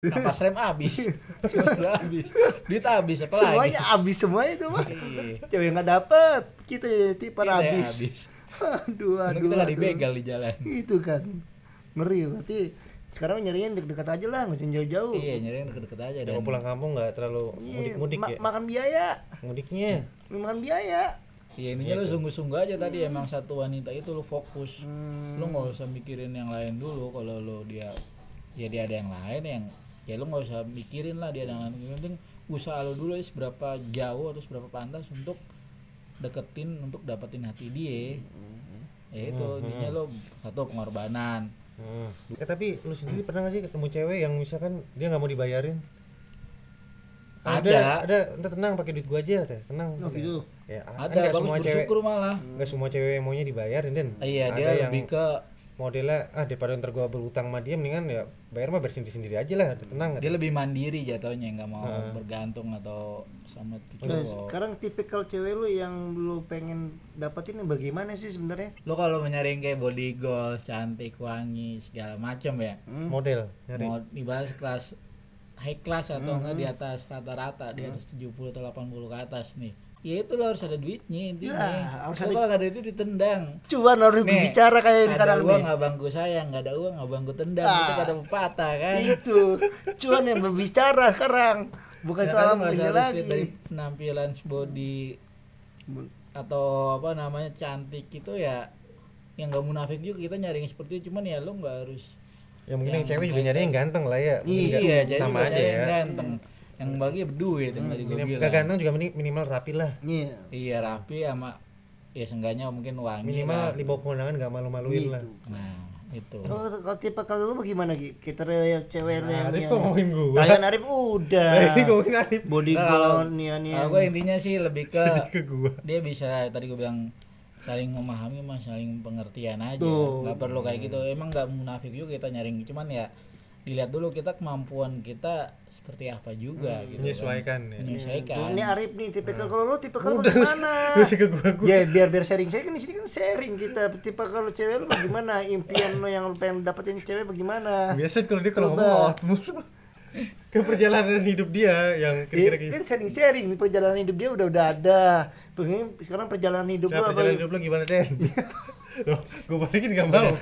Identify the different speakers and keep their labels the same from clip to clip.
Speaker 1: Napas rem habis. Udah habis. Duit habis apa lagi?
Speaker 2: Semuanya habis semua itu mah.
Speaker 1: Iya.
Speaker 2: Cewek nggak dapet, kita tipar
Speaker 1: Kita yang
Speaker 2: habis.
Speaker 1: habis.
Speaker 2: Aduh,
Speaker 1: Untung kita nggak dibegal di jalan.
Speaker 2: Itu kan ngeri. Berarti sekarang nyariin deket-deket aja lah, nggak usah jauh-jauh.
Speaker 1: Iya, nyari yang deket-deket aja
Speaker 3: Ya,
Speaker 1: dan
Speaker 3: mau pulang kampung nggak terlalu
Speaker 2: Iya,
Speaker 3: mudik ya.
Speaker 2: makan biaya,
Speaker 3: Mudiknya
Speaker 2: makan biaya.
Speaker 1: iya intinya lu sungguh-sungguh aja tadi emang satu wanita itu lu fokus. Lu nggak usah mikirin yang lain dulu. Kalau lu dia ada yang lain yang ya lu nggak usah mikirin lah dia ada yang lain. Yang penting usaha lu dulu ya seberapa jauh atau seberapa pantas untuk deketin untuk dapetin hati dia. Ya itu intinya lu satu pengorbanan.
Speaker 3: Tapi lu sendiri pernah gak sih ketemu cewek yang misalkan dia nggak mau dibayarin?
Speaker 1: Ada.
Speaker 3: Udah tenang pakai duit gua aja teh, tenang.
Speaker 2: Oh,
Speaker 3: pakai.
Speaker 2: gitu.
Speaker 3: Ya,
Speaker 1: Ada
Speaker 3: nggak
Speaker 1: bagus
Speaker 3: semua cewek,
Speaker 1: bersyukur malah.
Speaker 3: nggak semua cewek yang maunya dibayarin Den.
Speaker 1: Iya
Speaker 3: Ada
Speaker 1: dia
Speaker 3: yang
Speaker 1: lebih ke
Speaker 3: modelnya daripada ntar gua berutang sama dia mendingan ya bayar mah beresin sendiri aja lah, tenang.
Speaker 1: dia lebih mandiri jatuhnya nggak mau bergantung atau sama tuh
Speaker 2: Nah,
Speaker 1: cowok.
Speaker 2: sekarang tipikal cewek lu yang lu pengen dapetin yang bagaimana sih sebenarnya?
Speaker 1: Lo kalau nyariin kayak body goals, cantik, wangi, segala macam ya.
Speaker 3: Model nyari.
Speaker 1: Mau dibahas kelas high class atau enggak di atas rata-rata, di atas 70 atau 80 ke atas nih. Ya itu lo harus ada duitnya intinya.
Speaker 2: Ya, harus
Speaker 1: Lo
Speaker 2: ada-
Speaker 1: kalau nggak ada itu ditendang.
Speaker 2: Cuan harus
Speaker 1: Nih,
Speaker 2: berbicara kayak ini
Speaker 1: ada
Speaker 2: sekarang
Speaker 1: uang
Speaker 2: nih.
Speaker 1: abangku sayang, nggak ada uang abangku tendang. Itu kata pepatah kan.
Speaker 2: Itu cuan yang berbicara sekarang, bukan
Speaker 1: Ya,
Speaker 2: soal
Speaker 1: kan nggak
Speaker 2: ini
Speaker 1: usah harus lihat
Speaker 2: lagi.
Speaker 1: dari penampilan body atau apa namanya cantik itu ya yang nggak munafik juga kita nyari yang seperti itu, cuman ya lo nggak harus
Speaker 3: Ya mungkin yang
Speaker 1: yang
Speaker 3: cewek juga
Speaker 1: kayak-
Speaker 3: nyari yang ganteng lah ya. Mungkin
Speaker 1: iya
Speaker 3: nggak-
Speaker 1: jadi
Speaker 3: sama aja
Speaker 1: nyari
Speaker 3: ya.
Speaker 1: yang ganteng yang bagi berduit yang tadi gue bilang.
Speaker 3: Gak ganteng juga minimal rapi lah.
Speaker 2: Iya.
Speaker 1: Iya rapi sama ya seenggaknya mungkin wangi
Speaker 3: Minimal
Speaker 1: lah.
Speaker 3: di bawah kondangan gak malu-maluin
Speaker 2: Gitu.
Speaker 3: lah.
Speaker 1: Nah itu
Speaker 2: Kalau tipe kalau lu bagaimana Ki? Kita lihat cewek yang
Speaker 3: Arif kok ngomongin gua?
Speaker 2: Kalian Arif udah.
Speaker 3: Ini ngomongin Arif
Speaker 2: Body
Speaker 1: Nah, kalau-
Speaker 2: goal nih.
Speaker 1: kalau gue intinya sih lebih ke
Speaker 3: ke gua.
Speaker 1: dia bisa tadi gue bilang saling memahami mah saling pengertian aja.
Speaker 2: Tuh.
Speaker 1: Nggak perlu kayak gitu, emang nggak munafik juga kita nyaring, cuman ya dilihat dulu kita kemampuan kita seperti apa juga gitu
Speaker 3: Menyesuaikan
Speaker 1: kan.
Speaker 3: ya.
Speaker 1: Menyesuaikan.
Speaker 2: Ini Arif nih tipikal kalau lu tipikal bagaimana?
Speaker 3: Gak usah ke gua.
Speaker 2: Ya biar sharing saya kan di sini kan sharing kita. Tipe kalau cewek lu bagaimana? Impian lu yang lu pengen dapetin cewek bagaimana?
Speaker 3: Biasa kalau dia kalau
Speaker 2: Coba.
Speaker 3: ngomong out mulu. Ke perjalanan hidup dia yang kira-kira gitu.
Speaker 2: Kan sharing nih perjalanan hidup dia udah ada. Sekarang perjalanan hidup lu
Speaker 3: Nah,
Speaker 2: apa?
Speaker 3: perjalanan hidup lu gimana Den? Loh, gue balikin gak mau.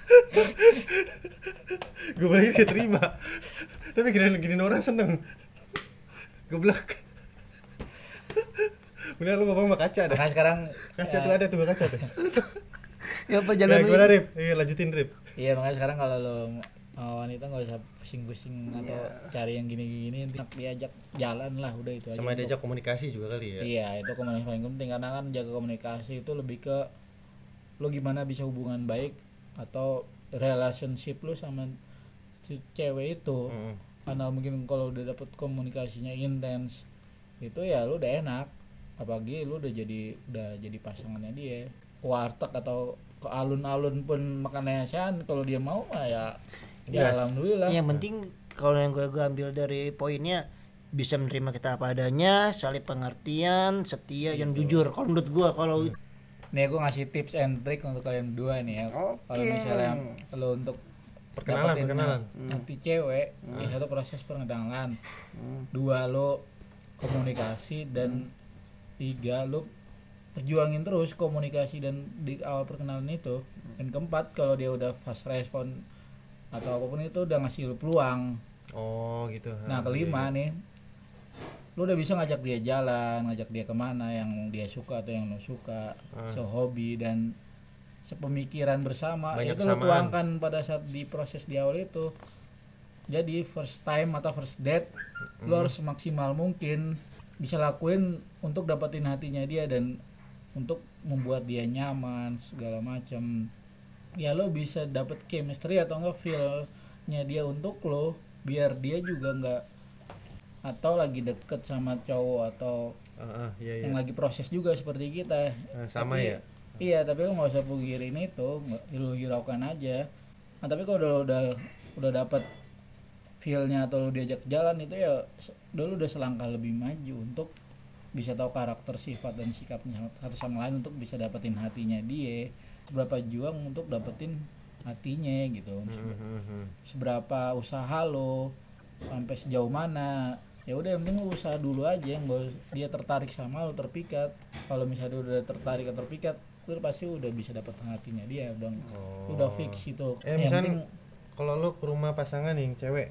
Speaker 3: Gue balikin gak terima. Tapi gini orang seneng. Geblek. Bener lu ngomong sama kaca dah.
Speaker 1: Makanya sekarang
Speaker 3: Kaca tuh ada tuh kaca tuh.
Speaker 2: Ya
Speaker 3: Ya
Speaker 2: perjalanan
Speaker 3: gimana Rip? Iya lanjutin Rip.
Speaker 1: iya makanya sekarang kalau lo wanita nggak usah pusing-pusing atau cari yang gini-gini, nanti diajak jalan lah udah itu aja.
Speaker 3: Sama diajak komunikasi juga kali ya.
Speaker 1: Iya itu komunikasi paling penting karena kan jaga komunikasi itu lebih ke lo gimana bisa hubungan baik atau relationship lo sama si cewek itu. Karena mungkin kalau udah dapet komunikasinya intens itu ya lo udah enak, apalagi lo udah jadi pasangannya dia. Warteg atau ke alun-alun pun makan nasian kalau dia mau mah ya
Speaker 3: Yes.
Speaker 1: alhamdulillah.
Speaker 2: Yang penting kalau yang gue ambil dari poinnya bisa menerima kita apa adanya, saling pengertian, setia, yang jujur. Kalau menurut gue kalau
Speaker 1: Nih aku ngasih tips and trick untuk kalian berdua nih ya.
Speaker 2: Oke.
Speaker 1: Kalau misalnya lo untuk dapetin
Speaker 3: Perkenalan.
Speaker 1: hati cewek, ya satu proses pengenalan, dua lo komunikasi, dan tiga lo perjuangin terus komunikasi dan di awal perkenalan itu, dan keempat kalau dia udah fast respon atau apapun itu udah ngasih lo peluang.
Speaker 3: Oh gitu.
Speaker 1: Nah kelima nih, lu udah bisa ngajak dia jalan, ngajak dia kemana yang dia suka atau yang lo suka, sehobi dan sepemikiran bersama.
Speaker 3: Banyak
Speaker 1: Itu lo
Speaker 3: kesamaan.
Speaker 1: tuangkan pada saat di proses di awal itu. Jadi first time atau first date lu harus semaksimal mungkin bisa lakuin untuk dapetin hatinya dia dan untuk membuat dia nyaman segala macam. Ya lo bisa dapet chemistry atau enggak feel-nya dia untuk lo, biar dia juga enggak atau lagi deket sama cowok atau
Speaker 3: Iya.
Speaker 1: yang lagi proses juga seperti kita.
Speaker 3: Sama
Speaker 1: Tapi-
Speaker 3: ya.
Speaker 1: Iya, tapi lo nggak usah pugirin itu, lu hiraukan aja. Nah, tapi kalau udah dapet feel-nya atau lu diajak jalan itu ya dulu udah selangkah lebih maju untuk bisa tahu karakter, sifat dan sikapnya satu sama lain untuk bisa dapetin hatinya dia. Seberapa juang untuk dapetin hatinya gitu. Seberapa usaha lo sampai sejauh mana. Ya udah yang penting lu usaha dulu aja, yang dia tertarik sama lu, terpikat. Kalau misalnya dia udah tertarik atau terpikat, lu pasti udah bisa dapat hatinya dia, udah fix itu. Yang
Speaker 3: misalnya
Speaker 1: penting
Speaker 3: kalau lu ke rumah pasangan yang cewek,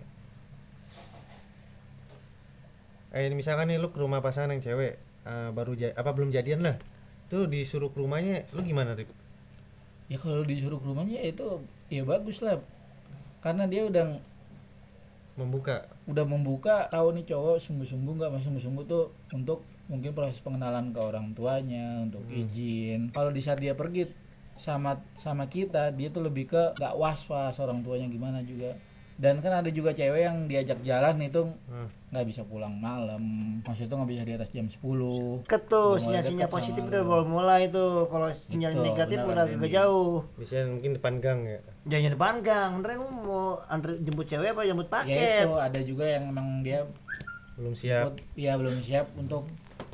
Speaker 3: misalkan nih lu ke rumah pasangan yang cewek, belum jadian lah, tuh disuruh ke rumahnya, lu gimana, Rip?
Speaker 1: ya kalau disuruh ke rumahnya itu ya bagus lah, karena dia udah membuka tahu nih cowok sungguh-sungguh nggak, masih sungguh-sungguh tuh untuk mungkin proses pengenalan ke orang tuanya, untuk izin. Kalau di saat dia pergi sama kita, dia tuh lebih ke nggak was-was orang tuanya gimana juga. Dan kan ada juga cewek yang diajak jalan itu nggak bisa pulang malam, maksudnya tuh nggak bisa di atas jam 10.
Speaker 2: Ketuh sinyal-sinyal positif udah mulai tuh, kalau sinyal negatif udah agak jauh.
Speaker 3: Bisa mungkin depan gang ya.
Speaker 2: Jangan depan gang, beneran lu mau jemput cewek apa jemput
Speaker 1: Ya
Speaker 2: paket?
Speaker 1: itu ada juga yang emang dia
Speaker 3: Belum siap.
Speaker 1: belum siap untuk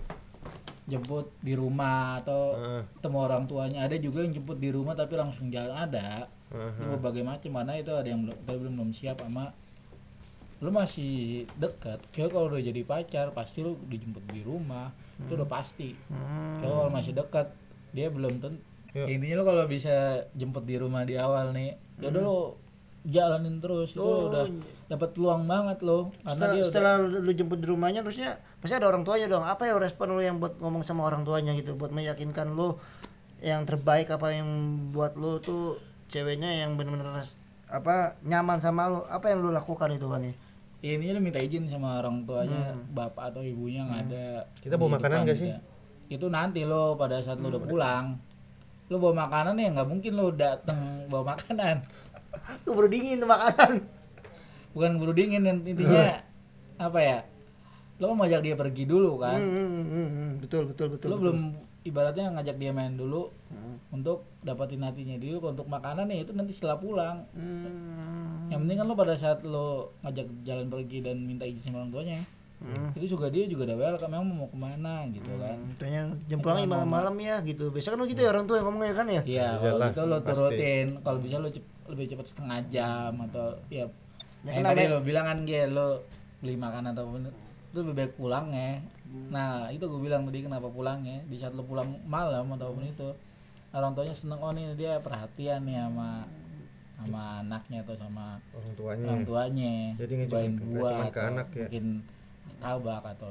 Speaker 1: jemput di rumah atau ketemu orang tuanya. Ada juga yang jemput di rumah tapi langsung jalan, ada. Berbagai macam, mana itu ada yang belum siap sama lu masih dekat. Kayak kalau udah jadi pacar pasti lu dijemput di rumah, itu udah pasti. Kalau masih dekat dia belum tentu. Intinya lu kalau bisa jemput di rumah di awal nih, ya udah lu jalanin terus, itu udah dapat peluang banget lo.
Speaker 2: Setelah lu jemput di rumahnya, terusnya pasti ada orang tuanya dong. Apa ya respon lu yang buat ngomong sama orang tuanya gitu, buat meyakinkan lu yang terbaik, apa yang buat lu tuh ceweknya yang benar-benar nyaman sama lu, apa yang lu lakukan itu kan ya?
Speaker 1: Ini lu minta izin sama orang tuanya, bapak atau ibunya yang ada.
Speaker 3: Kita bawa makanan gak sih?
Speaker 1: Itu nanti lo pada saat lo udah pulang, lo bawa makanan ya nggak mungkin lo dateng bawa makanan.
Speaker 2: Lu baru dingin tuh makanan.
Speaker 1: Bukan buru dingin, dan intinya apa ya? Lo mau ngajak dia pergi dulu kan?
Speaker 2: Betul.
Speaker 1: Lo belum ibaratnya ngajak dia main dulu untuk dapatin hatinya dia. Untuk makanan ya itu nanti setelah pulang. Yang penting kan lo pada saat lo ngajak jalan pergi dan minta izin sama orang tuanya, itu juga dia juga udah welcome, memang mau kemana gitu kan.
Speaker 2: Contohnya jam pulangnya malam-malam ya gitu. Biasa kan gitu ya orang tua yang ngomongnya kan ya.
Speaker 1: Iya, kalau gitu lo turutin. Kalau bisa lo lebih cepat setengah jam atau ya. Tadi lo bilang kan lo beli makan ataupun itu lebih baik pulang ya. Nah itu gue bilang tadi kenapa pulangnya di saat lo pulang malam ataupun itu orang tuanya seneng, oh nih dia perhatian nih sama anaknya atau sama orang tuanya.
Speaker 3: Jadi
Speaker 1: bawain buah
Speaker 3: ke
Speaker 1: atau
Speaker 3: anak ya.
Speaker 1: mungkin tabak atau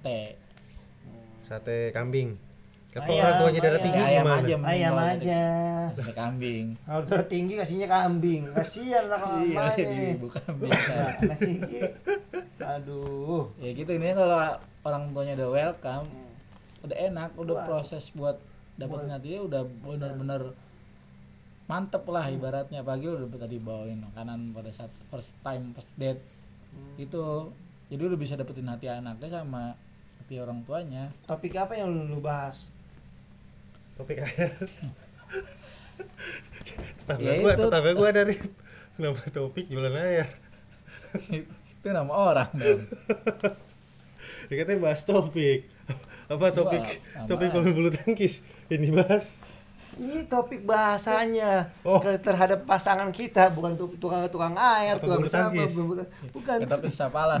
Speaker 1: sate
Speaker 3: kambing. Kalau orang tuanya darah tinggi gimana?
Speaker 2: Ayam aja.
Speaker 1: Sate kambing.
Speaker 2: Kalau darah tinggi kasihnya kambing. Kasihan lah kalau
Speaker 1: Iya,
Speaker 2: mamanya.
Speaker 1: bukan kambing.
Speaker 2: Nasi aduh.
Speaker 1: Ya gitu, ini kalau orang tuanya udah welcome, udah enak, udah proses buat dapetin hatinya udah bener-bener mantep lah ibaratnya. Pagi udah tadi bawain makanan pada saat first date itu, jadi udah bisa dapetin hati anaknya sama hati orang tuanya.
Speaker 2: Topik apa yang lu bahas?
Speaker 3: Topik air.
Speaker 1: Ya
Speaker 3: tetangga gua dari nama topik jualan air.
Speaker 1: Itu nama orang dong.
Speaker 3: Dia katanya bahas topik. Apa topik pemain bulu tangkis ini bahas.
Speaker 2: Ini topik bahasanya terhadap pasangan kita, bukan tukang air, tukang sampah, bukan.
Speaker 1: Topik sapalas.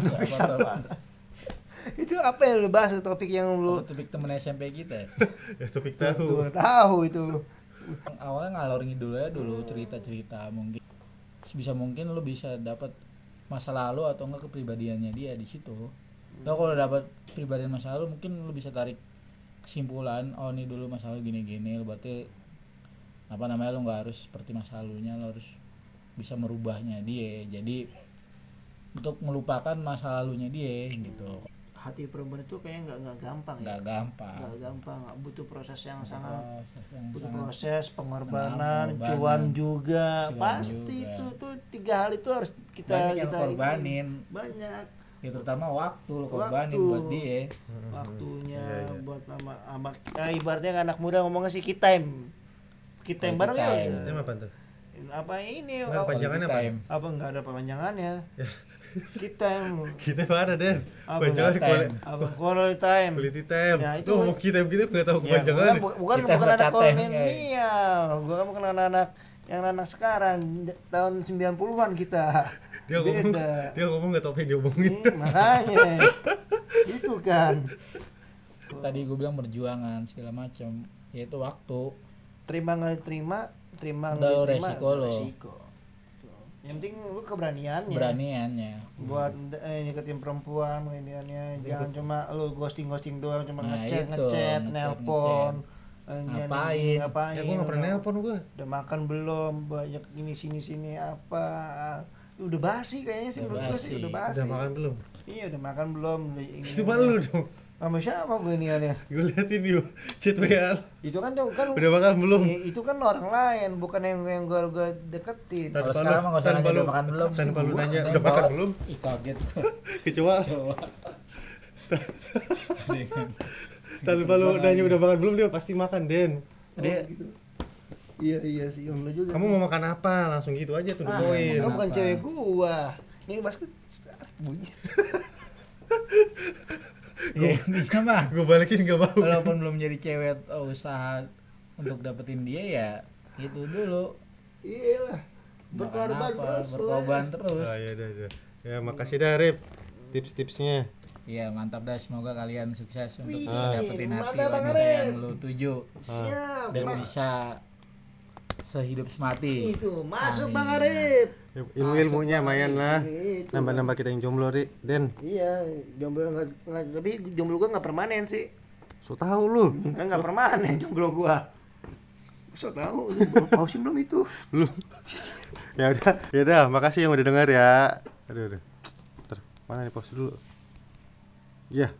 Speaker 2: Itu apa yang lu bahas, topik yang lu?
Speaker 1: Topik temen SMP kita.
Speaker 3: Ya topik tahu.
Speaker 2: Tahu itu.
Speaker 1: Awalnya ngalor ngidul ya dulu, cerita-cerita mungkin. Sebisa mungkin lu bisa dapat masa lalu atau enggak kepribadiannya dia di situ. Lo kalau dapat pribadian masa lalu mungkin lu bisa tarik kesimpulan, oh ini dulu masa lalu gini-gini, berarti lu nggak harus seperti masa lalunya, lo harus bisa merubahnya dia jadi untuk melupakan masa lalunya dia gitu.
Speaker 2: Hati perempuan itu kayaknya nggak gampang.
Speaker 1: Nggak
Speaker 2: gampang, butuh proses yang sangat butuh
Speaker 1: sangat
Speaker 2: proses pengorbanan, cuan juga pasti juga. Itu 3 hal itu harus kita
Speaker 1: korbanin
Speaker 2: banyak
Speaker 1: ya, terutama waktu lo korbanin buat dia,
Speaker 2: waktunya buat sama ibaratnya anak muda ngomongnya sih kita bareng ya.
Speaker 3: Kita apa tuh?
Speaker 2: Apa ini?
Speaker 3: Panjangannya apa?
Speaker 2: Apa enggak ada panjangannya? Kita
Speaker 3: mana Den?
Speaker 2: Quality time.
Speaker 3: Ya, itu mau kita nggak tahu kepanjangannya.
Speaker 2: Bukan anak kolonial. Gua kan bukan anak yang anak sekarang tahun 90-an kita.
Speaker 3: Dia ngomong nggak tahu apa yang diomongin.
Speaker 2: Makanya itu kan
Speaker 1: Tadi gue bilang perjuangan segala macam, yaitu waktu.
Speaker 2: terima nggak terima
Speaker 1: Udah
Speaker 2: nggak
Speaker 1: lo
Speaker 2: terima
Speaker 1: resiko lo.
Speaker 2: resiko. Yang penting lu keberaniannya
Speaker 1: Beraniannya.
Speaker 2: buat nyeketin perempuan keberaniannya, jangan cuma lu ghosting doang, cuma
Speaker 1: Nah,
Speaker 2: ngechat
Speaker 1: itu,
Speaker 2: nelpon
Speaker 1: Ngapain?
Speaker 3: Ya gue nggak pernah nelpon gue.
Speaker 2: udah makan belum, banyak ini sini apa, udah basi kayaknya sih,
Speaker 1: Udah
Speaker 2: menurut gue sih
Speaker 1: basi.
Speaker 2: udah basi.
Speaker 3: Udah makan belum?
Speaker 2: Iya udah makan belum,
Speaker 3: Itu malu dong.
Speaker 2: sama siapa beginiannya?
Speaker 3: Gue liatin yuk chat WA.
Speaker 2: Itu kan
Speaker 3: Udah makan belum?
Speaker 2: itu kan orang lain, bukan yang gue deketin.
Speaker 1: Kalau
Speaker 3: Tanpa
Speaker 1: sekarang
Speaker 3: lu-
Speaker 1: mah nggak usah
Speaker 3: tanpa
Speaker 1: nanya
Speaker 3: lu-
Speaker 1: udah makan belum.
Speaker 3: tanpa lu nanya
Speaker 1: Ada
Speaker 3: udah
Speaker 1: yang
Speaker 3: makan
Speaker 1: bawa.
Speaker 3: belum?
Speaker 1: Ih kaget.
Speaker 3: Kecuali
Speaker 1: Coba.
Speaker 3: tanpa lu nanya udah makan belum dia pasti makan Den.
Speaker 1: Dia
Speaker 2: gitu. Iya sih, lu juga.
Speaker 3: Kamu mau makan apa? Langsung gitu aja tuh the point.
Speaker 2: Kamu bukan
Speaker 1: Kenapa?
Speaker 2: cewek gua. Nih basket bunyi.
Speaker 1: ya, intinya mah
Speaker 3: Gue balikin gak mau.
Speaker 1: walaupun belum jadi cewek, usaha untuk dapetin dia ya itu dulu.
Speaker 2: Iyalah.
Speaker 1: Makan
Speaker 2: Berkorban
Speaker 1: apa,
Speaker 2: terus.
Speaker 1: berkorban terus.
Speaker 3: Ah, ya udah. Ya makasih dah Rip tips-tipsnya.
Speaker 1: Iya mantap dah, semoga kalian sukses untuk
Speaker 2: Wih,
Speaker 1: bisa dapetin hati
Speaker 2: mantap, Bang
Speaker 1: wanita
Speaker 2: Arif.
Speaker 1: yang lu tuju
Speaker 2: Siap.
Speaker 1: dan bisa sehidup semati.
Speaker 2: Itu masuk
Speaker 1: Amin.
Speaker 2: Bang Arif.
Speaker 3: Ilmu-ilmunya lumayan lah.
Speaker 2: Itu.
Speaker 3: Nambah-nambah kita yang jomblo Ri. Den.
Speaker 2: Iya, jomblo nggak, tapi jomblo gua nggak permanen sih.
Speaker 3: So tahu lu.
Speaker 2: Kan nggak permanen jomblo gua. So tahu, pausin belum itu.
Speaker 3: Belum. Ya udah, makasih yang udah dengar ya. Aduh. Mana nih pause dulu. Iya.